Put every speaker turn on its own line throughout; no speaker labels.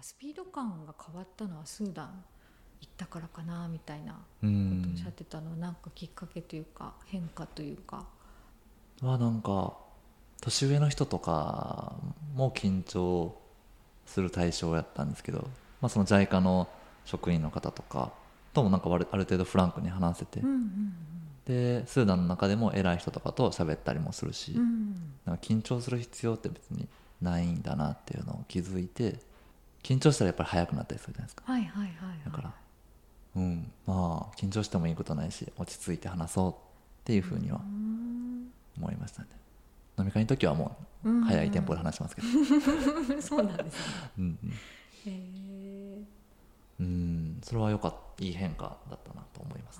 スピード感が変わったのはスーダン行ったからかなみたいなことをおっしゃってたのは、なんかきっかけというか変化というか
はなんか年上の人とかも緊張する対象やったんですけど、その JICA の職員の方とかともなんかある程度フランクに話せて、でスーダンの中でも偉い人とかと喋ったりもするし、なんか緊張する必要って別にないんだなっていうのを気づいて、緊張したらやっぱり速くなったりするじゃないですか。だからまあ緊張してもいいことないし落ち着いて話そうっていうふうには思いましたね。飲み会の時はもう早いテンポで話しますけど
そうなんですね。
それはいい変化だったなと思いますね。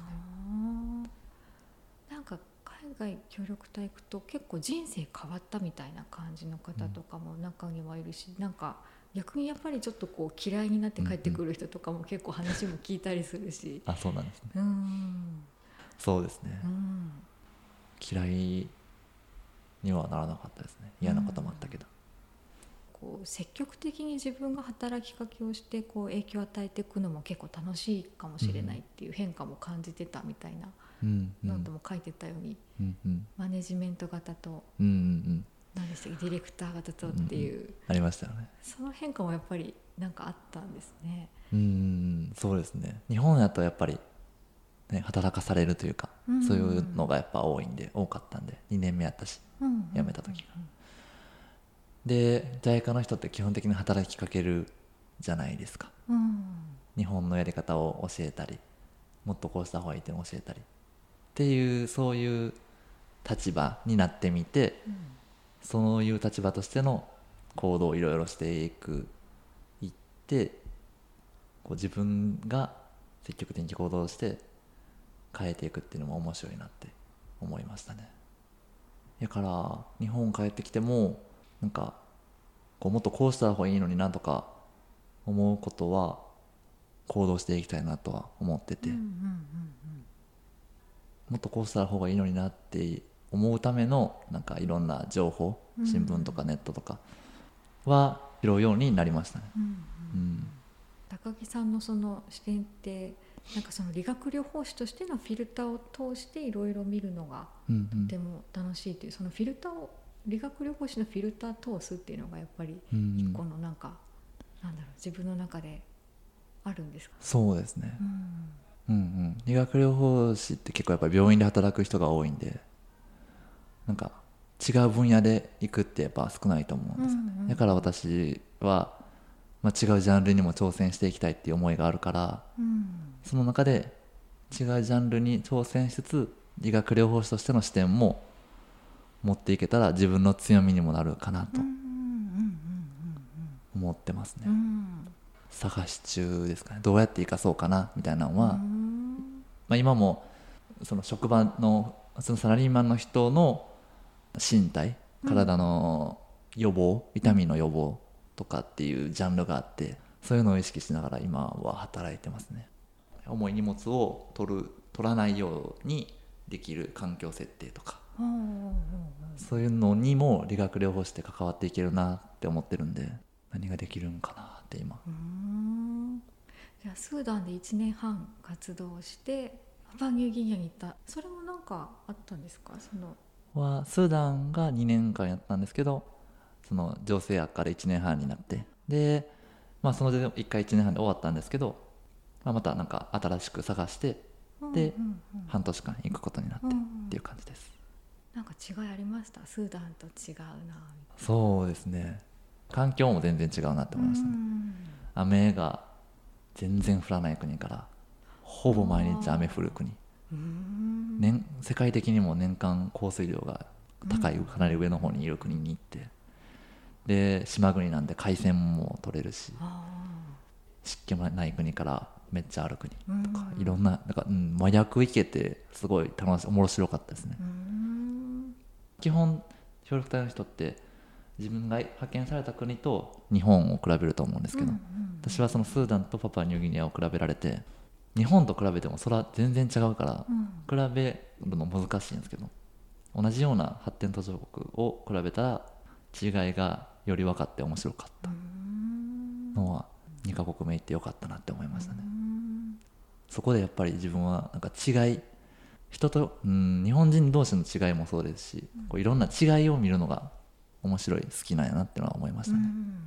なんか海外協力隊行くと結構人生変わったみたいな感じの方とかも中にはいるし、なんか逆にやっぱりちょっとこう嫌いになって帰ってくる人とかも結構話も聞いたりするし、
あ、そうなんですね。そうですね、嫌いにはならなかったですね。嫌なこともあったけど、
こう積極的に自分が働きかけをしてこう影響を与えていくのも結構楽しいかもしれないっていう変化も感じてたみたいなノートも書いてたように、マネジメント型と何でしたっけ、ディレクター型とっていう、
ありましたよね。
その変化もやっぱりなんかあったんですね。
そうですね。日本だとやっぱり、ね、働かされるというか、そういうのがやっぱ多かったんで、2年目やったし、辞めた時が、で JICA の人って基本的に働きかけるじゃないですか、日本のやり方を教えたり、もっとこうした方がいいっていうのを教えたりっていう、そういう立場になってみて、そういう立場としての行動をいろいろしていってこう自分が積極的に行動して変えていくっていうのも面白いなって思いましたね。だから日本帰ってきてもなんかこうもっとこうした方がいいのになとか思うことは行動していきたいなとは思ってて、もっとこうした方がいいのになって思うためのなんかいろんな情報、新聞とかネットとかは拾うようになりましたね。
高木さんのその視点ってなんかその理学療法士としてのフィルターを通していろいろ見るのがとても楽しいという、そのフィルターを理学療法士のフィルター通すっていうのがやっぱり一個のなんか、なんだろう、自分の中であるんですか？
そうですね、理学療法士って結構やっぱり病院で働く人が多いんで、なんか違う分野で行くってやっぱ少ないと思うんですよね。だから私は、違うジャンルにも挑戦していきたいっていう思いがあるから、その中で違うジャンルに挑戦しつつ理学療法士としての視点も持っていけたら自分の強みにもなるかなと思ってますね。探し中ですかね。どうやって生かそうかなみたいなのは、今もその職場のそのサラリーマンの人の身体、体の予防、痛みの予防とかっていうジャンルがあって、そういうのを意識しながら今は働いてますね。重い荷物を取らないようにできる環境設定とか、そういうのにも理学療法士って関わっていけるなって思ってるんで、何ができるんかなって今。
じゃあスーダンで1年半活動してパプアニューギニアに行った、それもなんかあったんですか？その
はスーダンが2年間やったんですけど、その情勢悪化で1年半になって、で、そので1回1年半で終わったんですけど、またなんか新しく探して、で、半年間行くことになってっていう感じです。
なんか違いありました？スーダンと違うな。
そうですね、環境も全然違うなって思いましたね。雨が全然降らない国からほぼ毎日雨降る国、世界的にも年間降水量が高い、かなり上の方にいる国に行って、で島国なんで海鮮も取れるし、湿気もない国からめっちゃある国とか、いろんな、なんか、麻薬行けてすごい面白かったですね。基本協力隊の人って自分が派遣された国と日本を比べると思うんですけど、私はそのスーダンとパプアニューギニアを比べられて、日本と比べてもそれは全然違うから、比べるの難しいんですけど、同じような発展途上国を比べたら違いがより分かって面白かったのは 2カ国目行ってよかったなって思いましたね。そこでやっぱり自分はなんか違い、人と、日本人同士の違いもそうですし、こういろんな違いを見るのが面白い、好きなんやなっていうのは思いましたね。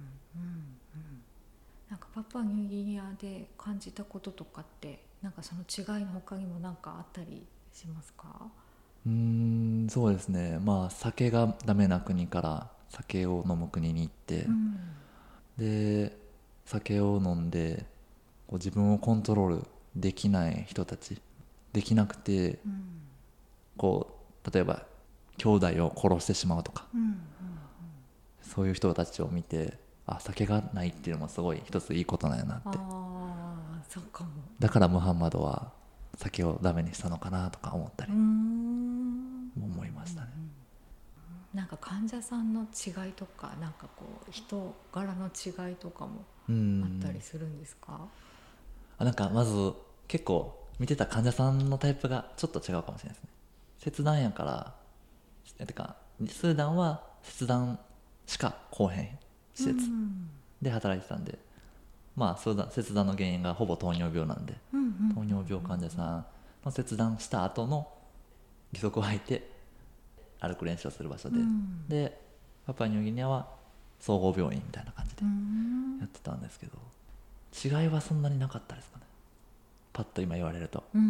なんかパプアニューギニアで感じたこととかって、なんかその違いの他にも何かあったりしますか？
そうですね、まあ酒がダメな国から酒を飲む国に行って、で酒を飲んでこう自分をコントロールできない人たち、できなくて、こう例えば兄弟を殺してしまうとか、そういう人たちを見て、あ、酒がないっていうのもすごい一ついいことなんやなって。
そうかも。
だからムハンマドは酒をダメにしたのかなとか思ったり思いましたね。
なんか患者さんの違いとか、なんかこう人柄の違いとかもあったりするんですか？
なんかまず結構見てた患者さんのタイプがちょっと違うかもしれないですね。切断やから、てかスーダンは切断しか来おへん施設で働いてたんで、まあ切断の原因がほぼ糖尿病なんで、糖尿病患者さんの切断した後の義足を履いて歩く練習をする場所で、でパプアニューギニアは総合病院みたいな感じでやってたんですけど、違いはそんなになかったですかね、パッと今言われると。じ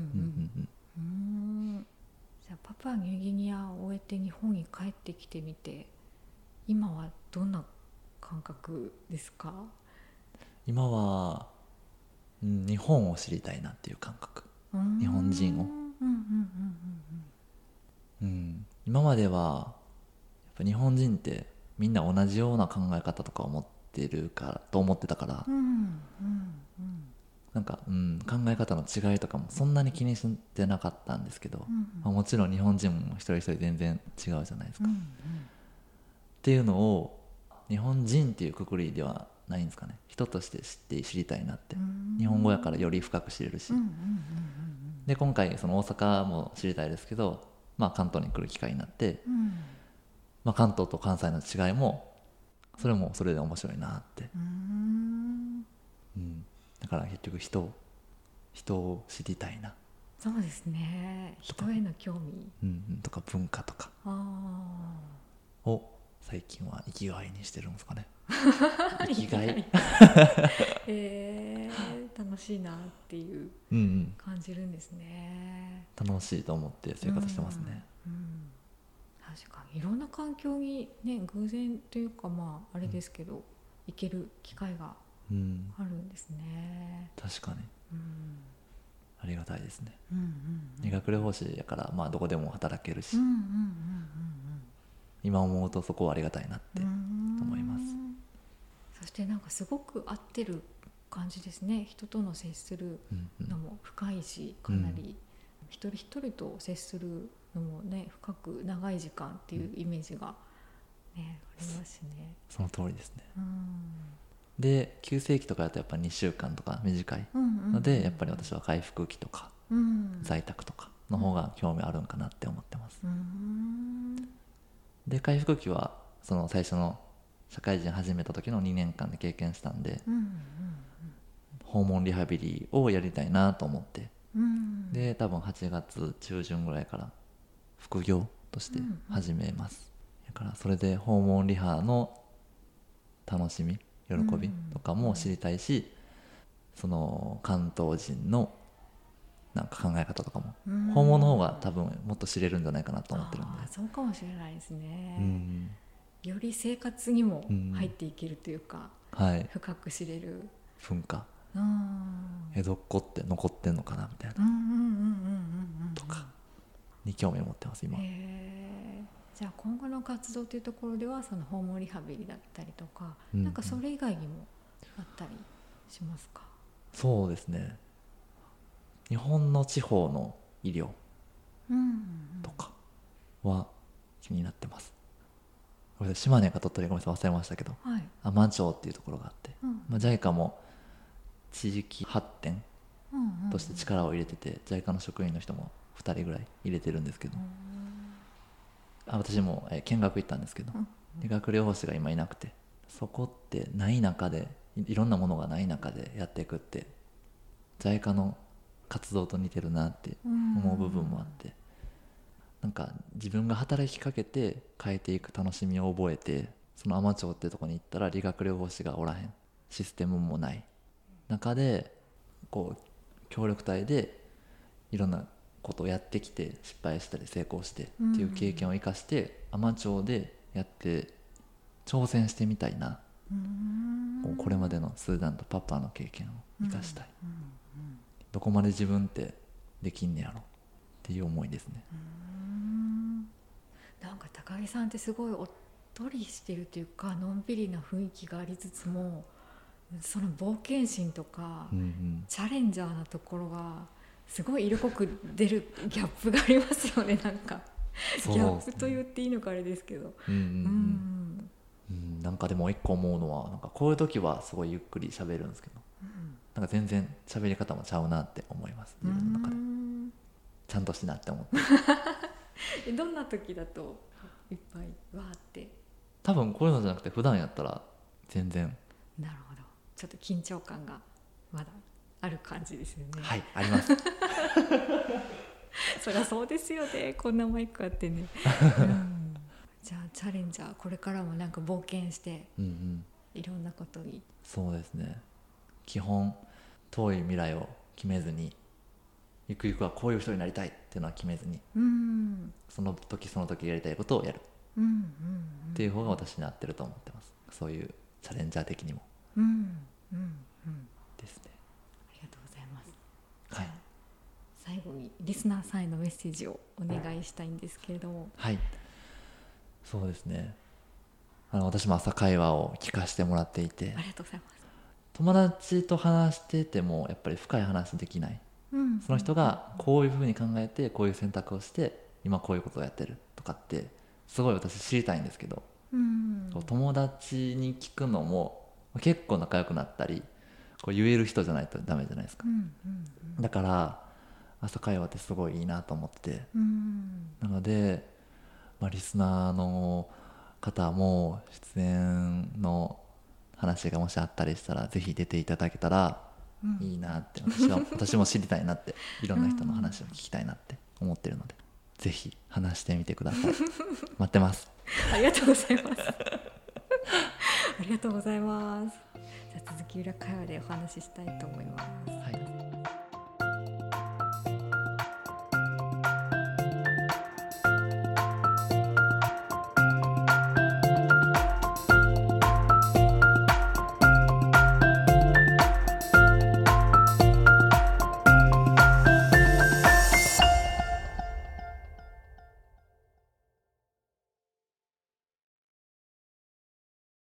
ゃあパプアニューギニアを終えて日本に帰ってきてみて、今はどんな感覚ですか？
今は、日本を知りたいなっていう感覚、日本人を。今まではやっぱ日本人ってみんな同じような考え方とかを持ってるからと思ってたから、なんか、考え方の違いとかもそんなに気にしてなかったんですけど、もちろん日本人も一人一人全然違うじゃないですか、っていうのを日本人っていうくくりではないんですかね、人として知りたいなって、日本語やからより深く知れるし、で今回その大阪も知りたいですけど、まあ、関東に来る機会になって、まあ、関東と関西の違いもそれもそれで面白いなって、だから結局人を知りたいな。
そうですね、人への興味、
とか文化とかを最近は生きがいにしてるんですかね。生きがい
楽しいなっていう感じるんですね。
楽しいと思って生活してますね。
確かにいろんな環境にね、偶然というか、まああれですけど、行ける機会があるんですね。
確かに、ありがたいですね。理学療法士やから、まあどこでも働けるし、今思うとそこはありがたいなって思います。
そしてなんかすごく合ってる感じですね。人との接するのも深いし、かなり一人一人と接するのもね、深く長い時間っていうイメージが、ね、ありますね。
その通りですね。で急性期とかだとやっぱ2週間とか短いので、やっぱり私は回復期とか、在宅とかの方が興味あるんかなって思ってます。で回復期はその最初の社会人始めた時の2年間で経験したんで、訪問リハビリをやりたいなと思って、で多分8月中旬ぐらいから副業として始めます。だからそれで訪問リハの楽しみ、喜びとかも知りたいし、その関東人のなんか考え方とかも、訪問の方が多分もっと知れるんじゃないかなと思ってるんで。
そうかもしれないですね。より生活にも入っていけるというか、深く知れる
文化、江戸っ子って残ってんのかなみたいなとかに興味を持ってます今。じゃあ今後の活動というところでは、その訪問リハビリだったりとか、なんかそれ以外にもあったりしますか？ そうですね、日本の地方の医療とかは気になってます。これ島根か鳥取か忘れましたけど、海士町っていうところがあって、JICA も地域発展として力を入れてて、JICA の職員の人も2人ぐらい入れてるんですけど、私も見学行ったんですけど、理学療法士が今いなくて、そこってない中でいろんなものがない中でやっていくって JICA の活動と似てるなって思う部分もあって、なんか自分が働きかけて変えていく楽しみを覚えて、その海士町ってとこに行ったら理学療法士がおらへん、システムもない中でこう協力隊でいろんなことをやってきて、失敗したり成功してっていう経験を生かして海士町でやって挑戦してみたいな、これまでのスーダンとパパの経験を生かしたい、どこまで自分ってできんねやろっていう思いですね。
なんか高木さんってすごいおっとりしてるというか、のんびりな雰囲気がありつつも、その冒険心とか、チャレンジャーなところがすごい色濃く出るギャップがありますよね。なんかギャップと言っていいのかあれですけど、
なんかでも一個思うのは、なんかこういう時はすごいゆっくり喋るんですけど、なんか全然喋り方もちゃうなって思います。自分の中でちゃんとしなって思って
どんな時だといっぱいわーって？
多分こういうのじゃなくて普段やったら全然。
なるほど、ちょっと緊張感がまだある感じですよね。
はい、あります
そりゃそうですよね、こんなマイクあってね、じゃあチャレンジャー、これからもなんか冒険して、いろんなことに。
そうですね、基本遠い未来を決めずに、ゆくゆくはこういう人になりたいっていうのは決めずに、その時その時やりたいことをやるっていう方が私に合ってると思ってます。そういうチャレンジャー的にもですね。
ありがとうございます。
はい、
最後にリスナーさんへのメッセージをお願いしたいんですけれども。
はい、そうですね、私も朝会話を聞かせてもらっていて、
ありがとうございます。
友達と話しててもやっぱり深い話できない、その人がこういうふうに考えてこういう選択をして今こういうことをやってるとかってすごい私知りたいんですけど、友達に聞くのも結構仲良くなったり、こう言える人じゃないとダメじゃないですか、だから朝会話ってすごいいいなと思って、なので、リスナーの方も出演の話がもしあったりしたらぜひ出ていただけたらいいなって、私も知りたいなって、いろんな人の話を聞きたいなって思ってるので、ぜひ話してみてください。待ってます。
ありがとうございますありがとうございます。じゃあ続き裏会話でお話ししたいと思います。
はい。